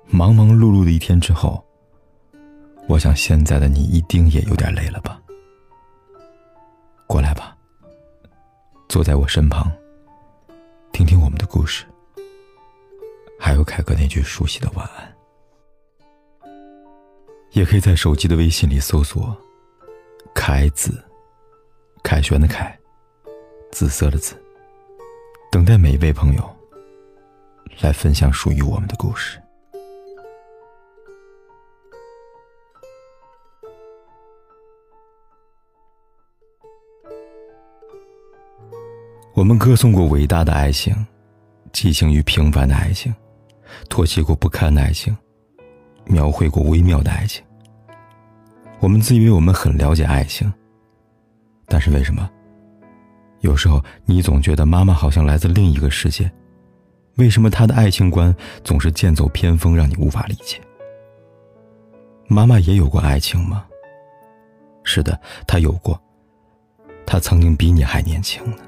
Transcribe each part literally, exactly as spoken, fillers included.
忙忙碌碌的一天之后，我想现在的你一定也有点累了吧。过来吧，坐在我身旁，听听我们的故事，还有凯哥那句熟悉的晚安。也可以在手机的微信里搜索凯子，凯旋的凯，紫色的紫，等待每一位朋友来分享属于我们的故事。我们歌颂过伟大的爱情，寄情于平凡的爱情，唾弃过不堪的爱情，描绘过微妙的爱情。我们自以为我们很了解爱情，但是为什么有时候你总觉得妈妈好像来自另一个世界？为什么她的爱情观总是剑走偏锋，让你无法理解？妈妈也有过爱情吗？是的，她有过，她曾经比你还年轻呢。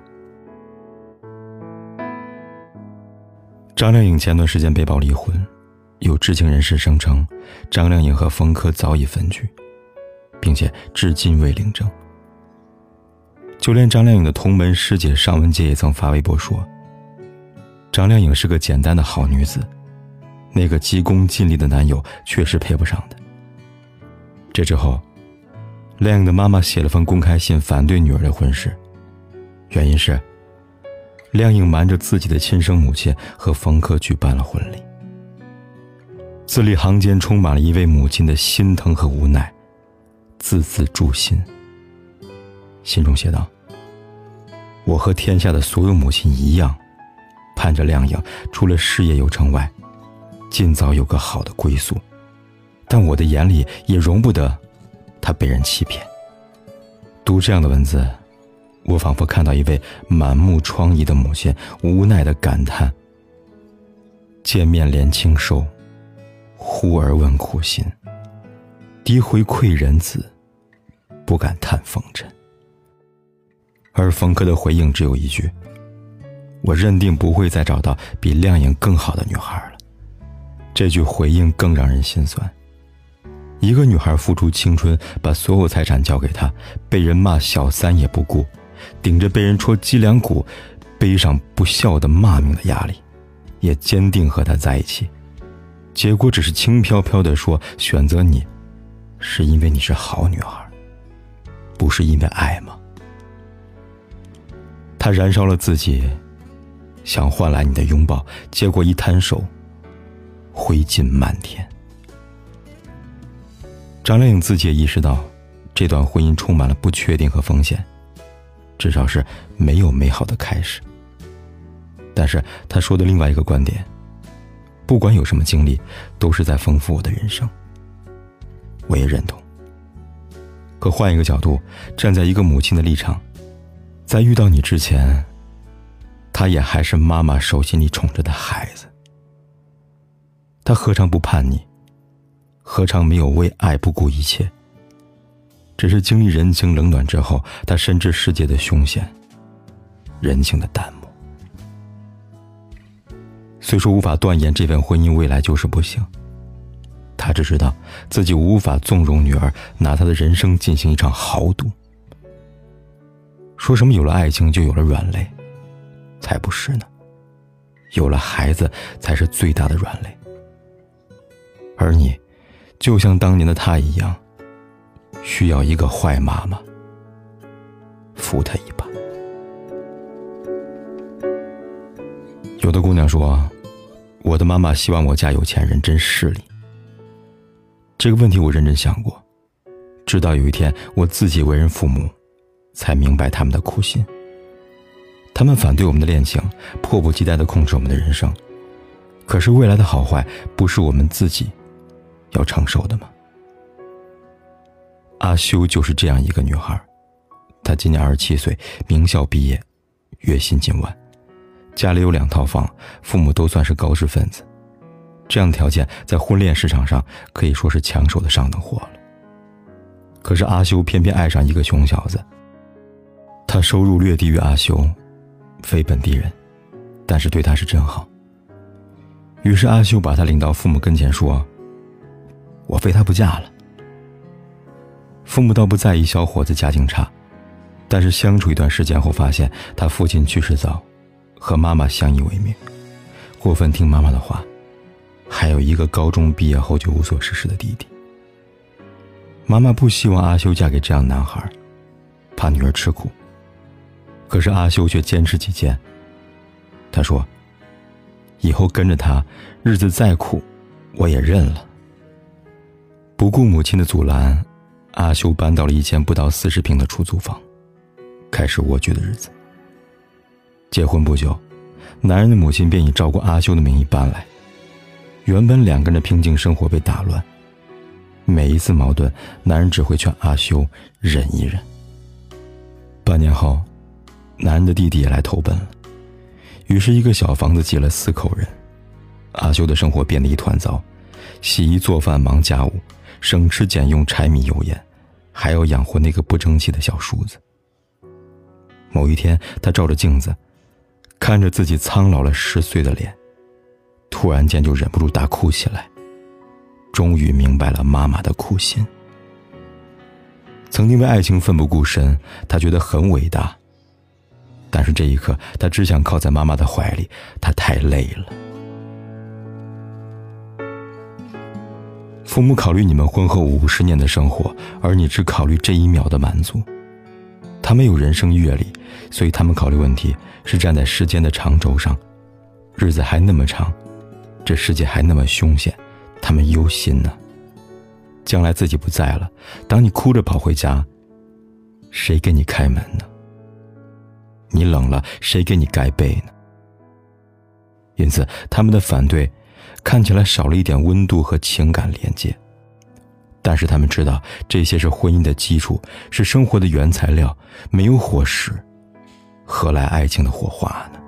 张靓颖前段时间被曝离婚，有知情人士声称张靓颖和冯轲早已分居，并且至今未领证。就连张靓颖的同门师姐尚雯婕也曾发微博说，张靓颖是个简单的好女子，那个急功近利的男友确实配不上的。这之后，靓颖的妈妈写了封公开信反对女儿的婚事，原因是靓颖瞒着自己的亲生母亲和冯轲举办了婚礼。字里行间充满了一位母亲的心疼和无奈，字字诛心。信中写道，我和天下的所有母亲一样，盼着靓颖除了事业有成外，尽早有个好的归宿，但我的眼里也容不得她被人欺骗。读这样的文字，我仿佛看到一位满目疮痍的母亲无奈地感叹，见面怜清瘦，忽而问苦心，诋毁愧人子，不敢叹风尘。而冯轲的回应只有一句，我认定不会再找到比靓颖更好的女孩了。这句回应更让人心酸。一个女孩付出青春，把所有财产交给他，被人骂小三也不顾，顶着被人戳脊梁骨，背上不孝的骂名的压力，也坚定和他在一起。结果只是轻飘飘地说，选择你是因为你是好女孩，不是因为爱吗？他燃烧了自己，想换来你的拥抱，结果一摊手，灰烬漫天。张靓颖自己也意识到，这段婚姻充满了不确定和风险，至少是没有美好的开始。但是他说的另外一个观点，不管有什么经历，都是在丰富我的人生。我也认同。可换一个角度，站在一个母亲的立场，在遇到你之前，她也还是妈妈手心里宠着的孩子。她何尝不叛逆？何尝没有为爱不顾一切？只是经历人情冷暖之后，她深知世界的凶险，人情的淡漠。虽说无法断言这份婚姻未来就是不行，她只知道自己无法纵容女儿拿她的人生进行一场豪赌。说什么有了爱情就有了软肋，才不是呢，有了孩子才是最大的软肋。而你就像当年的她一样，需要一个坏妈妈扶她一把。有的姑娘说，我的妈妈希望我嫁有钱人，真势利。这个问题我认真想过，直到有一天我自己为人父母，才明白他们的苦心。他们反对我们的恋情，迫不及待地控制我们的人生，可是未来的好坏不是我们自己要承受的吗？阿修就是这样一个女孩，她今年二十七岁，名校毕业，月薪近万，家里有两套房，父母都算是高知分子，这样的条件在婚恋市场上可以说是抢手的上等货了。可是阿修偏偏爱上一个穷小子，他收入略低于阿修，非本地人，但是对他是真好。 于是阿修把他领到父母跟前说：“我非他不嫁了。”父母倒不在意小伙子家境差，但是相处一段时间后发现他父亲去世早，和妈妈相依为命，过分听妈妈的话，还有一个高中毕业后就无所事事的弟弟。妈妈不希望阿修嫁给这样的男孩，怕女儿吃苦，可是阿修却坚持己见。他说：“以后跟着他，日子再苦，我也认了。”不顾母亲的阻拦，阿修搬到了一间不到四十平的出租房，开始蜗居的日子。结婚不久，男人的母亲便以照顾阿修的名义搬来，原本两个人的平静生活被打乱。每一次矛盾，男人只会劝阿修忍一忍。半年后，男人的弟弟也来投奔了，于是一个小房子挤了四口人。阿修的生活变得一团糟，洗衣做饭忙家务，省吃俭用柴米油盐，还要养活那个不争气的小叔子。某一天，他照着镜子，看着自己苍老了十岁的脸，突然间就忍不住大哭起来，终于明白了妈妈的苦心。曾经为爱情奋不顾身，他觉得很伟大，但是这一刻他只想靠在妈妈的怀里，他太累了。父母考虑你们婚后五十年的生活，而你只考虑这一秒的满足。他们有人生阅历，所以他们考虑问题是站在时间的长轴上，日子还那么长，这世界还那么凶险，他们忧心呢。将来自己不在了，当你哭着跑回家，谁给你开门呢？你冷了，谁给你盖被呢？因此他们的反对看起来少了一点温度和情感连接，但是他们知道这些是婚姻的基础，是生活的原材料，没有伙食，何来爱情的火花呢？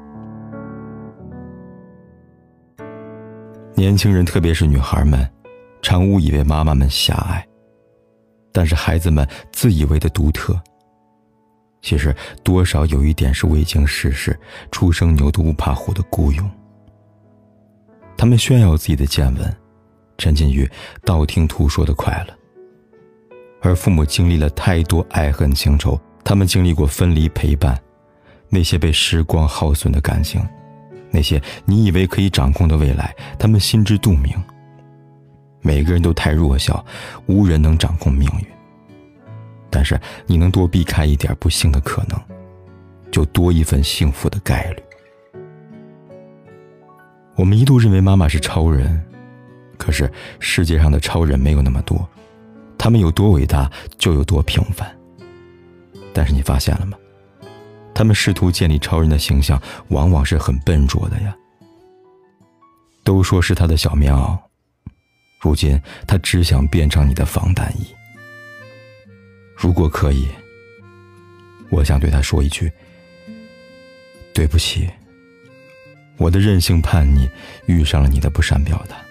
年轻人，特别是女孩们，常误以为妈妈们狭隘，但是孩子们自以为的独特，其实多少有一点是未经世事，初生牛犊不怕虎的孤勇。他们炫耀自己的见闻，沉浸于道听途说的快乐，而父母经历了太多爱恨情仇，他们经历过分离陪伴，那些被时光耗损的感情，那些你以为可以掌控的未来，他们心知肚明。每个人都太弱小，无人能掌控命运，但是你能多避开一点不幸的可能，就多一份幸福的概率。我们一度认为妈妈是超人，可是世界上的超人没有那么多，他们有多伟大就有多平凡。但是你发现了吗？他们试图建立超人的形象，往往是很笨拙的呀。都说是他的小棉袄，如今他只想变成你的防弹衣。如果可以，我想对他说一句：对不起，我的任性叛逆遇上了你的不善表达。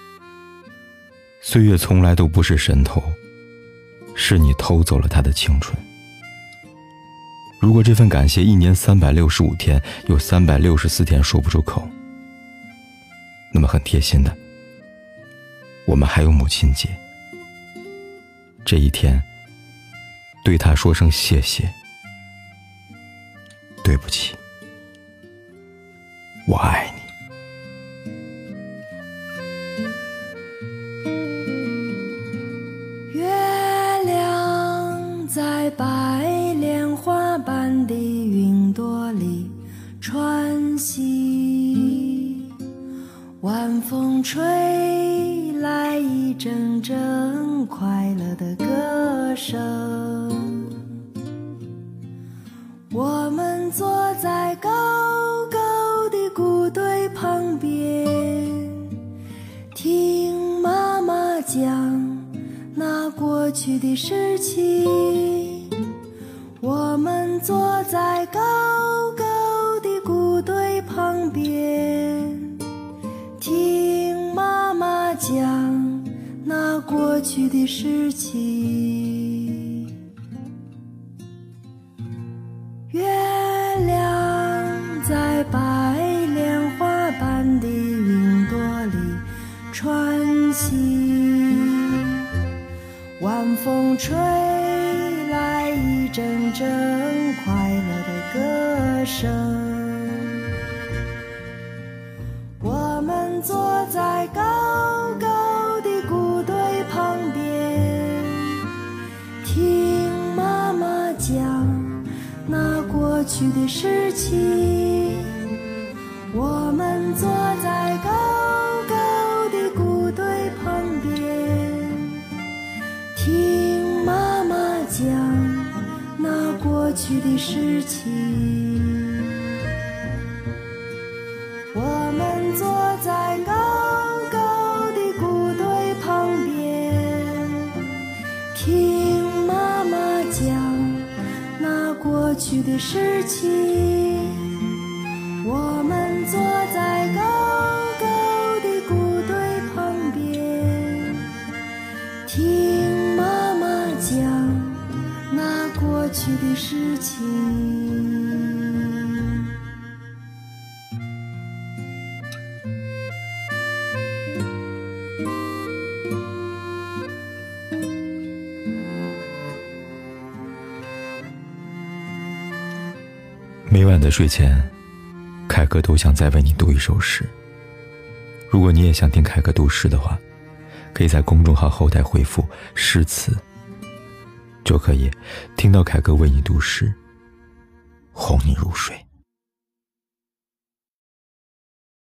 岁月从来都不是神偷，是你偷走了他的青春。如果这份感谢一年三百六十五天有三百六十四天说不出口，那么很贴心的，我们还有母亲节。这一天对他说声谢谢，对不起，我爱你。 月亮在白莲花般的云朵里穿行，晚风吹来一阵阵快乐的歌声。我们坐在高高的谷堆旁边，听妈妈讲那过去的事情。我们坐在高高的谷堆旁边，听妈妈讲那过去的事情。月亮在白莲花般的云朵传奇。晚风吹来一阵阵快乐的歌声，我们坐在高高的谷堆旁边，听妈妈讲那过去的事情。我们坐在高高的谷堆旁边，听妈妈讲那过去的事情。我们坐在高高的谷堆旁边，听妈妈讲那过去的事情。我们坐在高高的谷堆旁边，听妈妈讲那过去的事情。 每晚的睡前，凯哥都想再为你读一首诗。如果你也想听凯哥读诗的话，可以在公众号后台回复诗词，就可以听到凯哥为你读诗，哄你入睡。